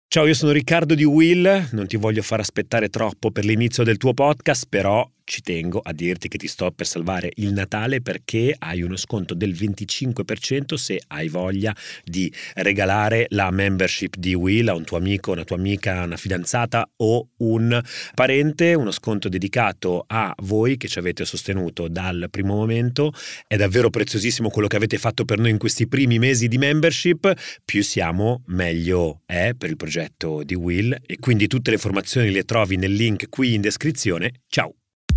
Ciao, io sono Riccardo di Will, non ti voglio far aspettare troppo per l'inizio del tuo podcast, però ci tengo a dirti che ti sto per salvare il Natale perché hai uno sconto del 25% se hai voglia di regalare la membership di Will a un tuo amico, una tua amica, una fidanzata o un parente, uno sconto dedicato a voi che ci avete sostenuto dal primo momento. È davvero preziosissimo quello che avete fatto per noi in questi primi mesi di membership, più siamo meglio è per il progetto di Will, e quindi tutte le informazioni le trovi nel link qui in descrizione. Ciao!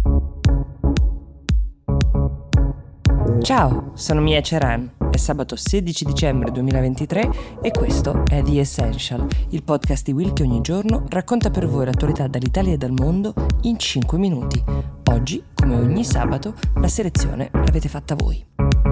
Ciao, sono Mia Ceran, è sabato 16 dicembre 2023 e questo è The Essential, il podcast di Will che ogni giorno racconta per voi l'attualità dall'Italia e dal mondo in 5 minuti. Oggi, come ogni sabato, la selezione l'avete fatta voi.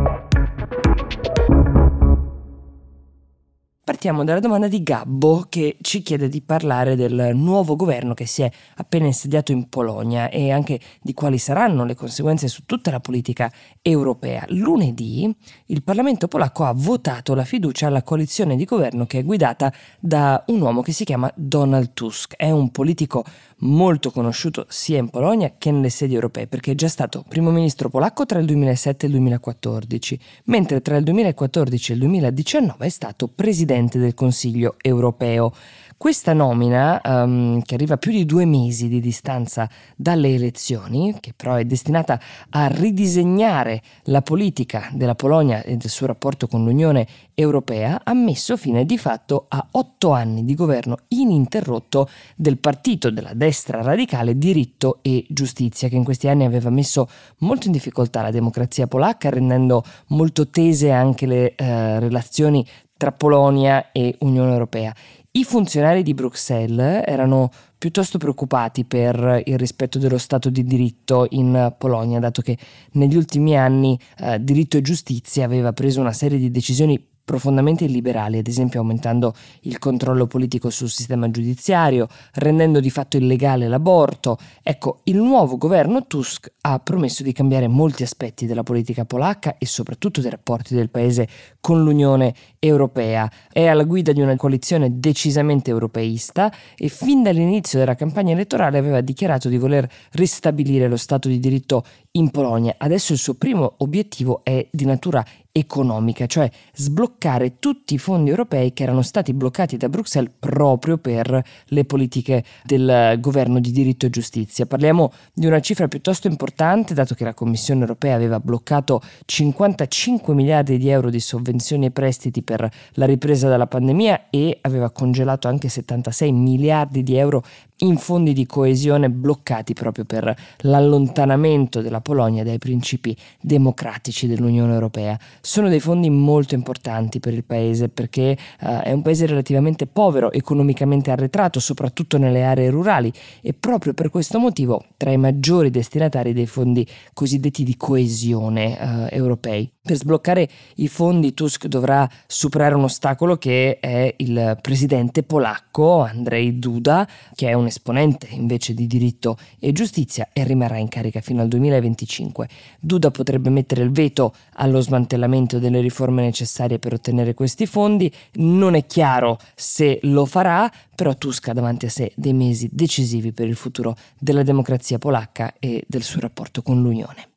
Partiamo dalla domanda di Gabbo, che ci chiede di parlare del nuovo governo che si è appena insediato in Polonia e anche di quali saranno le conseguenze su tutta la politica europea. Lunedì il Parlamento polacco ha votato la fiducia alla coalizione di governo che è guidata da un uomo che si chiama Donald Tusk. È un politico molto conosciuto sia in Polonia che nelle sedi europee, perché è già stato primo ministro polacco tra il 2007 e il 2014, mentre tra il 2014 e il 2019 è stato presidente del Consiglio europeo. Questa nomina, che arriva a più di 2 mesi di distanza dalle elezioni, che però è destinata a ridisegnare la politica della Polonia e del suo rapporto con l'Unione Europea, ha messo fine di fatto a 8 anni di governo ininterrotto del partito della destra radicale Diritto e Giustizia, che in questi anni aveva messo molto in difficoltà la democrazia polacca, rendendo molto tese anche le relazioni tra Polonia e Unione Europea. I funzionari di Bruxelles erano piuttosto preoccupati per il rispetto dello Stato di diritto in Polonia, dato che negli ultimi anni Diritto e Giustizia aveva preso una serie di decisioni profondamente illiberali, ad esempio aumentando il controllo politico sul sistema giudiziario, rendendo di fatto illegale l'aborto. Ecco, il nuovo governo Tusk ha promesso di cambiare molti aspetti della politica polacca e soprattutto dei rapporti del paese con l'Unione Europea. È alla guida di una coalizione decisamente europeista e fin dall'inizio della campagna elettorale aveva dichiarato di voler ristabilire lo Stato di diritto in Polonia. Adesso il suo primo obiettivo è di natura economica, cioè sbloccare tutti i fondi europei che erano stati bloccati da Bruxelles proprio per le politiche del governo di diritto e giustizia. Parliamo di una cifra piuttosto importante, dato che la Commissione europea aveva bloccato 55 miliardi di euro di sovvenzioni e prestiti per la ripresa dalla pandemia e aveva congelato anche 76 miliardi di euro in fondi di coesione bloccati proprio per l'allontanamento della Polonia dai principi democratici dell'Unione Europea. Sono dei fondi molto importanti per il paese perché è un paese relativamente povero, economicamente arretrato, soprattutto nelle aree rurali, e proprio per questo motivo tra i maggiori destinatari dei fondi cosiddetti di coesione europei. Per sbloccare i fondi Tusk dovrà superare un ostacolo che è il presidente polacco Andrzej Duda, che è un esponente invece di diritto e giustizia e rimarrà in carica fino al 2025. Duda potrebbe mettere il veto allo smantellamento delle riforme necessarie per ottenere questi fondi. Non è chiaro se lo farà, però Tusk ha davanti a sé dei mesi decisivi per il futuro della democrazia polacca e del suo rapporto con l'Unione.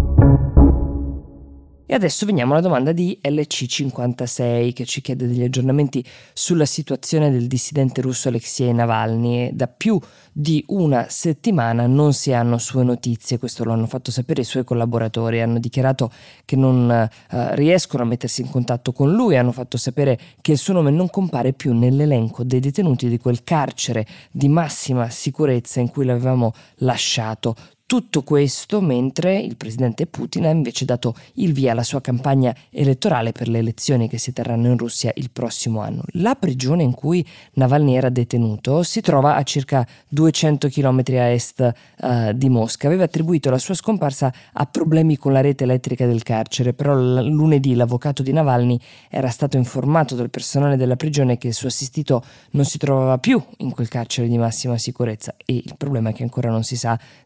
E adesso veniamo alla domanda di LC56, che ci chiede degli aggiornamenti sulla situazione del dissidente russo Alexei Navalny. Da più di una settimana non si hanno sue notizie, questo lo hanno fatto sapere i suoi collaboratori, hanno dichiarato che non riescono a mettersi in contatto con lui, hanno fatto sapere che il suo nome non compare più nell'elenco dei detenuti di quel carcere di massima sicurezza in cui l'avevamo lasciato. Tutto questo mentre il presidente Putin ha invece dato il via alla sua campagna elettorale per le elezioni che si terranno in Russia il prossimo anno. La prigione in cui Navalny era detenuto si trova a circa 200 km a est di Mosca. Aveva attribuito la sua scomparsa a problemi con la rete elettrica del carcere, però lunedì l'avvocato di Navalny era stato informato dal personale della prigione che il suo assistito non si trovava più in quel carcere di massima sicurezza e il problema è che ancora non si sa dove sia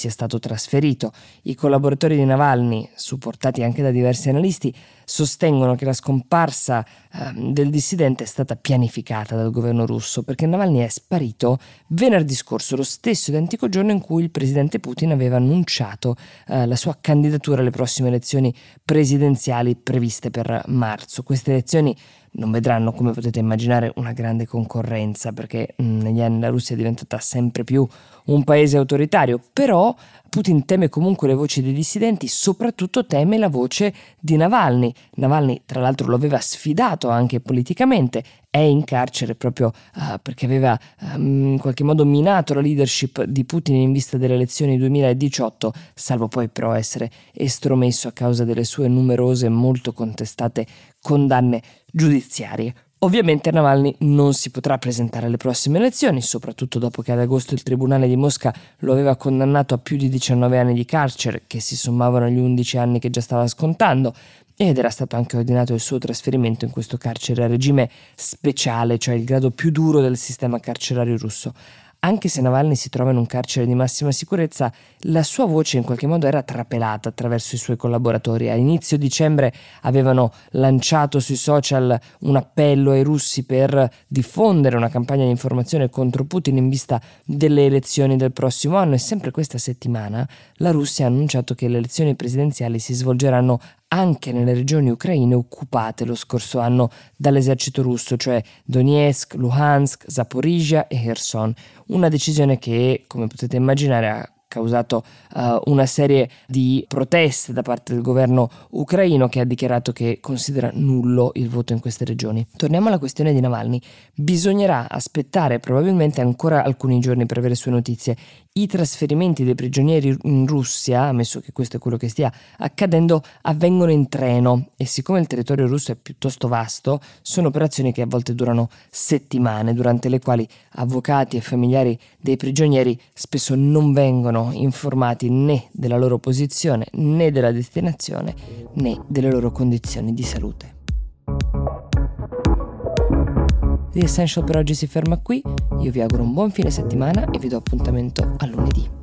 sia stato trasferito. I collaboratori di Navalny, supportati anche da diversi analisti, sostengono che la scomparsa del dissidente è stata pianificata dal governo russo, perché Navalny è sparito venerdì scorso, lo stesso identico giorno in cui il presidente Putin aveva annunciato la sua candidatura alle prossime elezioni presidenziali previste per marzo. Queste elezioni non vedranno, come potete immaginare, una grande concorrenza, perché negli anni la Russia è diventata sempre più un paese autoritario, però Putin teme comunque le voci dei dissidenti, soprattutto teme la voce di Navalny. Navalny, tra l'altro, lo aveva sfidato anche politicamente, è in carcere proprio perché aveva in qualche modo minato la leadership di Putin in vista delle elezioni 2018, salvo poi però essere estromesso a causa delle sue numerose e molto contestate condanne giudiziarie. Ovviamente Navalny non si potrà presentare alle prossime elezioni, soprattutto dopo che ad agosto il Tribunale di Mosca lo aveva condannato a più di 19 anni di carcere, che si sommavano agli 11 anni che già stava scontando, ed era stato anche ordinato il suo trasferimento in questo carcere a regime speciale, cioè il grado più duro del sistema carcerario russo. Anche se Navalny si trova in un carcere di massima sicurezza, la sua voce in qualche modo era trapelata attraverso i suoi collaboratori. A inizio dicembre avevano lanciato sui social un appello ai russi per diffondere una campagna di informazione contro Putin in vista delle elezioni del prossimo anno, e sempre questa settimana la Russia ha annunciato che le elezioni presidenziali si svolgeranno anche nelle regioni ucraine occupate lo scorso anno dall'esercito russo, cioè Donetsk, Luhansk, Zaporizhia e Kherson. Una decisione che, come potete immaginare, ha causato una serie di proteste da parte del governo ucraino, che ha dichiarato che considera nullo il voto in queste regioni. Torniamo alla questione di Navalny. Bisognerà aspettare probabilmente ancora alcuni giorni per avere sue notizie. I trasferimenti dei prigionieri in Russia, ammesso che questo è quello che stia accadendo, avvengono in treno, e siccome il territorio russo è piuttosto vasto, sono operazioni che a volte durano settimane, durante le quali avvocati e familiari dei prigionieri spesso non vengono informati né della loro posizione, né della destinazione, né delle loro condizioni di salute. The Essential per oggi si ferma qui. Io vi auguro un buon fine settimana e vi do appuntamento a lunedì.